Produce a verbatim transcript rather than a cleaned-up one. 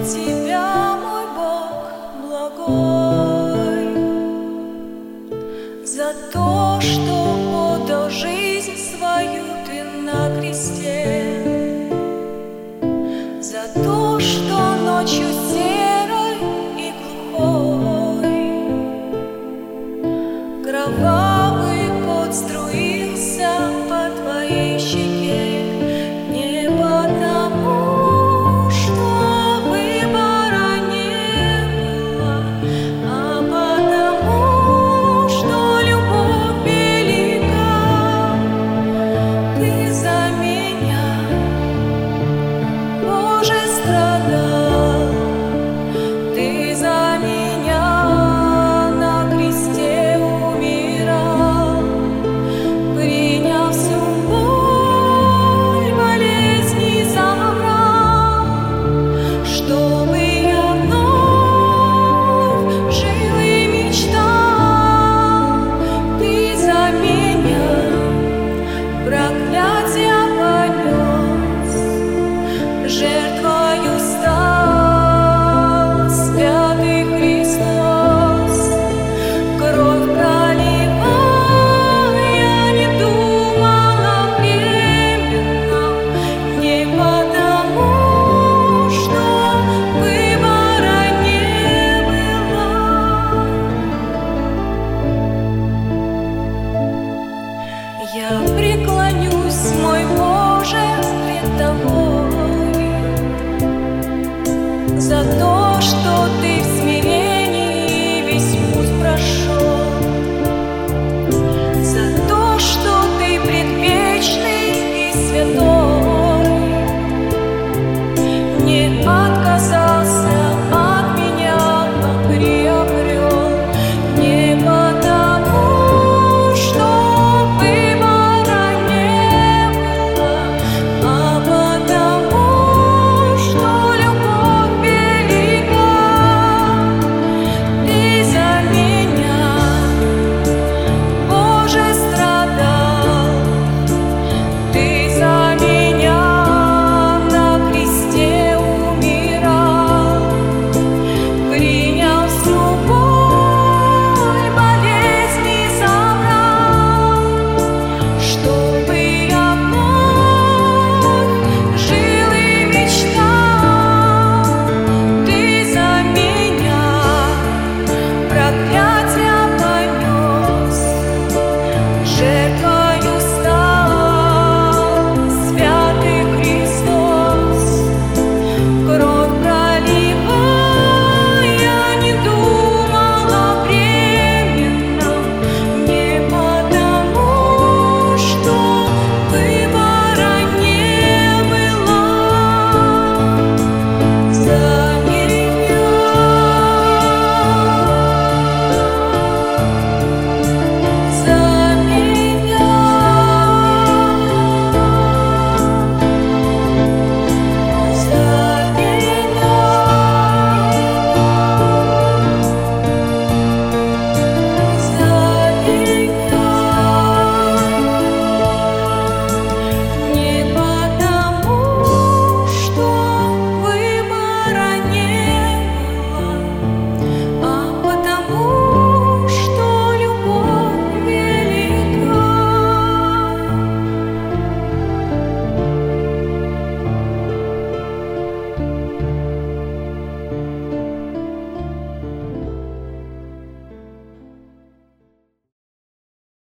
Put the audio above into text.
Тебя, мой Бог, благой, за то, что отдал жизнь свою Ты на кресте, за то, что ночью серой и глухой кровавый пот струился по Твоей щеке, не потому, что выбора не было, а потому, что любовь велика. Ты за меня, Боже, страдал, Ты за меня на кресте умирал, приняв всю боль болезни забрал, чтобы я вновь жил и мечтал. Ты за меня проклятие понес, жертвою стал святый Христос. Кровь проливая, не думала временно, не потому, что выбора не было. Я преклонюсь, мой Боже, пред Тобой, за то, что Ты в смирении весь путь прошел, за то, что Ты предвечный и святой.